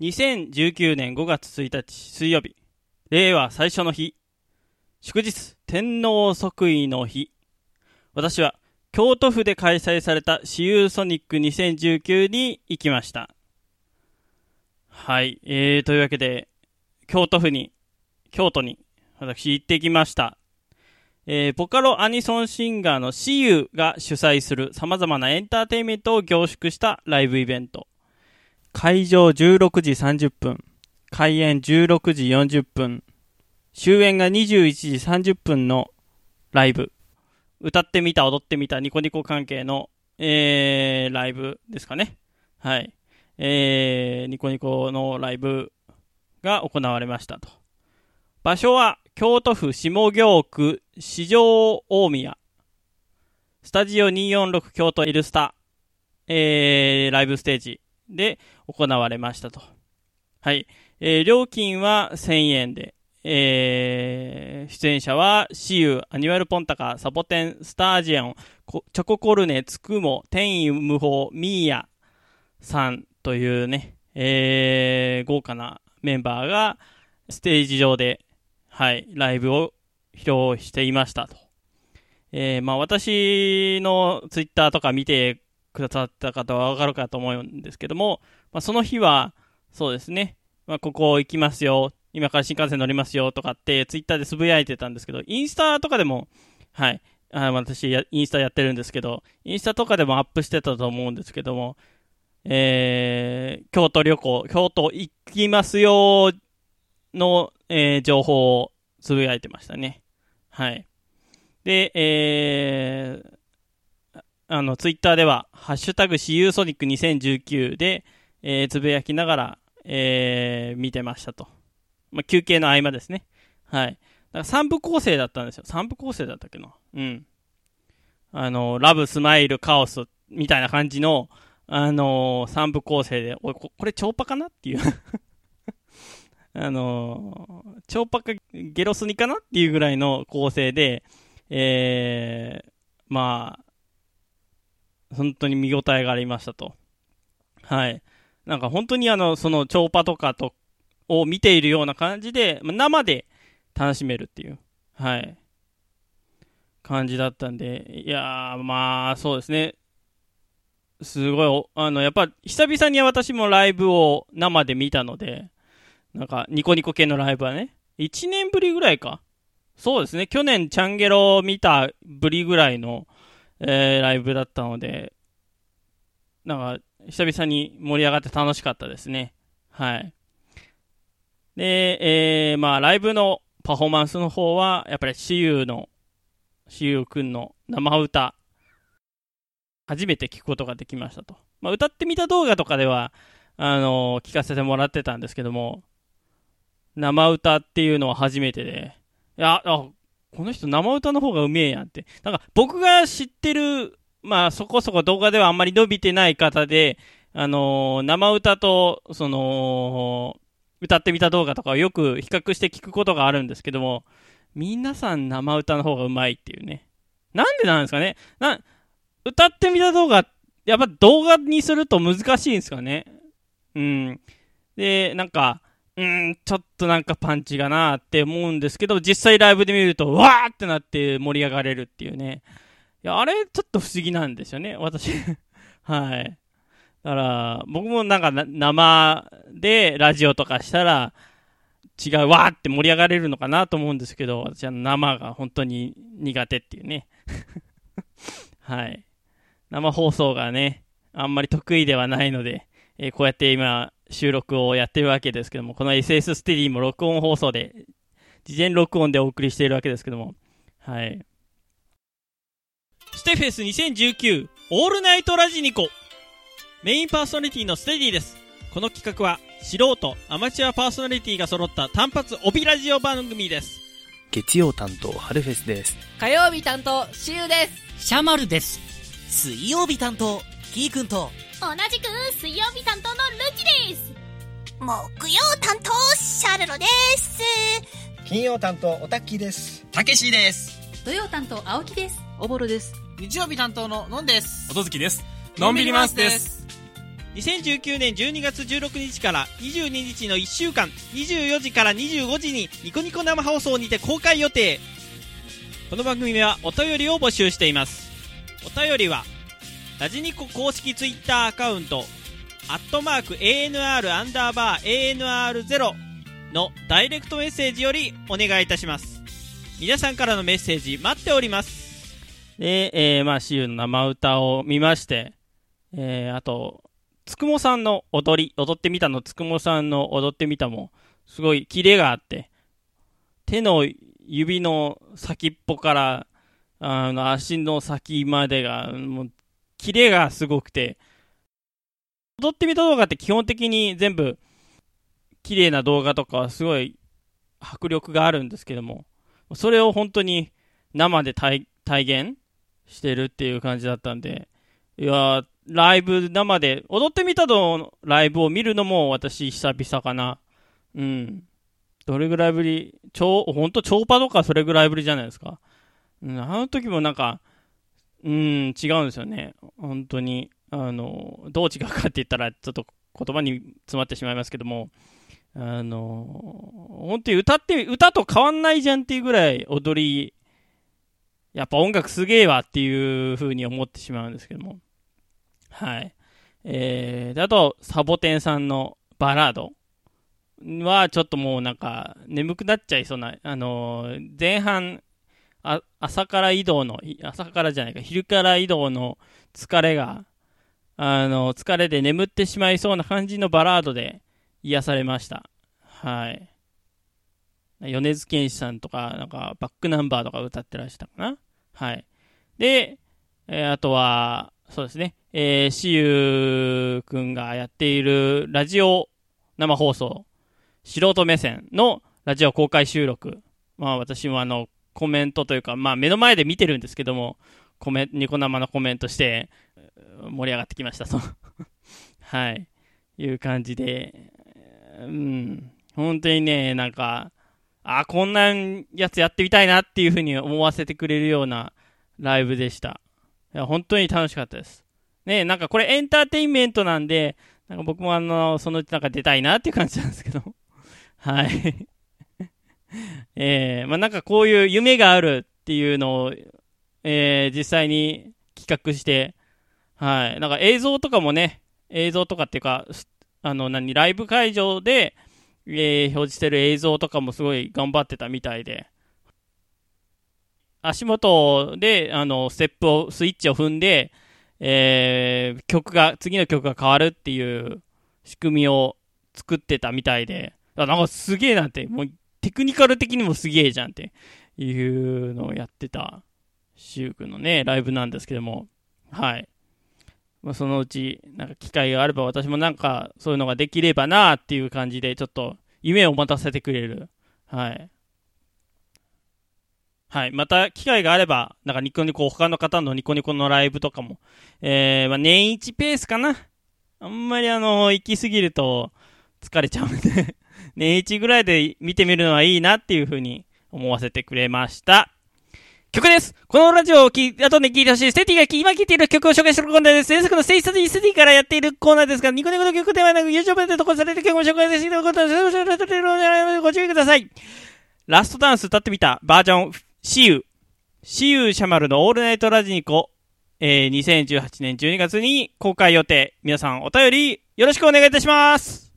2019年5月1日水曜日、令和最初の日、祝日天皇即位の日。私は京都府で開催された私有ソニック2019に行きました。はい、というわけで京都に私行ってきました。ボカロアニソンシンガーの私有が主催する様々なエンターテインメントを凝縮したライブイベント。会場16時30分、開演16時40分、終演が21時30分のライブ。歌ってみた、踊ってみた、ニコニコ関係の、ライブですかね。はい。ニコニコのライブが行われましたと。場所は京都府下京区四条大宮。スタジオ246京都エルスタ、ライブステージで行われましたと。はい。料金は1000円で、出演者はシユ、アニマルポンタカ、サボテン、スタージオン、チョココルネ、ツクモ、天意無法、ミーヤさんというね、豪華なメンバーがステージ上で、はい、ライブを披露していましたと。私のツイッターとか見てくださった方はわかるかと思うんですけども、その日はそうですね、ここ行きますよ、今から新幹線乗りますよとかってツイッターでつぶやいてたんですけど、インスタとかでも、はい、私インスタやってるんですけど、インスタとかでもアップしてたと思うんですけども、京都旅行、京都行きますよの、情報をつぶやいてましたね。はい。で、ツイッターでは、ハッシュタグ私有ソニック2019で、つぶやきながら、見てましたと。休憩の合間ですね。はい。だから3部構成だったんですよ。3部構成だったっけな。うん。ラブ、スマイル、カオスみたいな感じの、3部構成で、これ超パかなっていう。超パかゲロスニかなっていうぐらいの構成で、本当に見応えがありましたと。はい。なんか本当にその超パとかを見ているような感じで、生で楽しめるっていう、はい、感じだったんで、いやー、そうですね。すごい、やっぱ久々に私もライブを生で見たので、なんかニコニコ系のライブはね、1年ぶりぐらいか。そうですね。去年チャンゲロ見たぶりぐらいの、ライブだったので、なんか久々に盛り上がって楽しかったですね。はい。で、ライブのパフォーマンスの方は、やっぱりシユくんの生歌、初めて聞くことができましたと。歌ってみた動画とかでは、聞かせてもらってたんですけども、生歌っていうのは初めてで、この人生歌の方がうめえやんって。なんか僕が知ってる、そこそこ動画ではあんまり伸びてない方で、生歌と、歌ってみた動画とかをよく比較して聞くことがあるんですけども、皆さん生歌の方がうまいっていうね。なんでなんですかね。歌ってみた動画、やっぱ動画にすると難しいんですかね。うん。で、なんか、ちょっとなんかパンチがなーって思うんですけど、実際ライブで見ると、わーってなって盛り上がれるっていうね。いや、あれ、ちょっと不思議なんですよね、私。はい。だから、僕もなんか生でラジオとかしたら、違う、わーって盛り上がれるのかなと思うんですけど、私は生が本当に苦手っていうね。はい。生放送がね、あんまり得意ではないので、こうやって今、収録をやってるわけですけども、この SS ステディも録音放送で、事前録音でお送りしているわけですけども、はい。ステフェス2019オールナイトラジニコ。メインパーソナリティのステディです。この企画は素人アマチュアパーソナリティが揃った単発帯ラジオ番組です。 月曜担当春フェスです。 火曜日担当シュウです。 シャマルです。水曜日担当キーくんと同じく水曜日担当のルキです。 木曜担当シャルロです。 金曜担当オタッキーです。 たけしです。 土曜担当青木です。 おぼろです。 日曜日担当ののんです。 おとずきです。 のんびりマウスです。 2019年12月16日から22日の1週間、24時から25時にニコニコ生放送にて公開予定。この番組はお便りを募集しています。お便りはラジニコ公式ツイッターアカウント@ANR_ANR0 のダイレクトメッセージよりお願いいたします。皆さんからのメッセージ待っております。で、シユの生歌を見まして、あとつくもさんの踊ってみたの、つくもさんの踊ってみたもすごいキレがあって、手の指の先っぽから足の先までがもうキレがすごくて、踊ってみた動画って基本的に全部綺麗な動画とかはすごい迫力があるんですけども、それを本当に生で体現してるっていう感じだったんで、いやライブ生で踊ってみたのライブを見るのも私久々かな。どれぐらいぶり、ほんと超パとかそれぐらいぶりじゃないですか。あの時もなんか違うんですよね。本当にどう違うかって言ったらちょっと言葉に詰まってしまいますけども、本当に歌と変わんないじゃんっていうぐらい踊り、やっぱ音楽すげえわっていう風に思ってしまうんですけども、はい。であとサボテンさんのバラードはちょっともうなんか眠くなっちゃいそうな、前半昼から移動の疲れが疲れで眠ってしまいそうな感じのバラードで癒されました。はい。米津玄師さんとかなんかバックナンバーとか歌ってらしたかな。はい。で、あとはそうですね、しゆくんがやっているラジオ生放送、素人目線のラジオ公開収録、私もコメントというか、目の前で見てるんですけども、ニコ生のコメントして盛り上がってきましたとはい、いう感じで、本当にね、なんかこんなやつやってみたいなっていう風に思わせてくれるようなライブでした。いや本当に楽しかったですね。なんかこれエンターテインメントなんで、なんか僕もそのうちなんか出たいなっていう感じなんですけどはいなんかこういう夢があるっていうのを、実際に企画して、はい、なんか映像とかっていうか、ライブ会場で、表示してる映像とかもすごい頑張ってたみたいで、足元でスイッチを踏んで、次の曲が変わるっていう仕組みを作ってたみたいで、なんかすげえなんて、もうテクニカル的にもすげえじゃんっていうのをやってたしゅうくんのねライブなんですけども、はい。そのうちなんか機会があれば私もなんかそういうのができればなっていう感じで、ちょっと夢を持たせてくれる、はいはい、また機会があればなんかニコニコ他の方のニコニコのライブとかも、年一ペースかな。あんまり行き過ぎると疲れちゃうんで年一ぐらいで見てみるのはいいなっていう風に思わせてくれました。曲です。このラジオを後で聞いてほしいステティが今聴いている曲を紹介するコーナーです。前作のスティからやっているコーナーですが、ニコニコの曲ではなく YouTube で投稿されている曲を紹介していることでご注意ください。ラストダンス歌ってみたバージョンシユシャマルのオールナイトラジニコ、2018年12月に公開予定。皆さんお便りよろしくお願いいたします。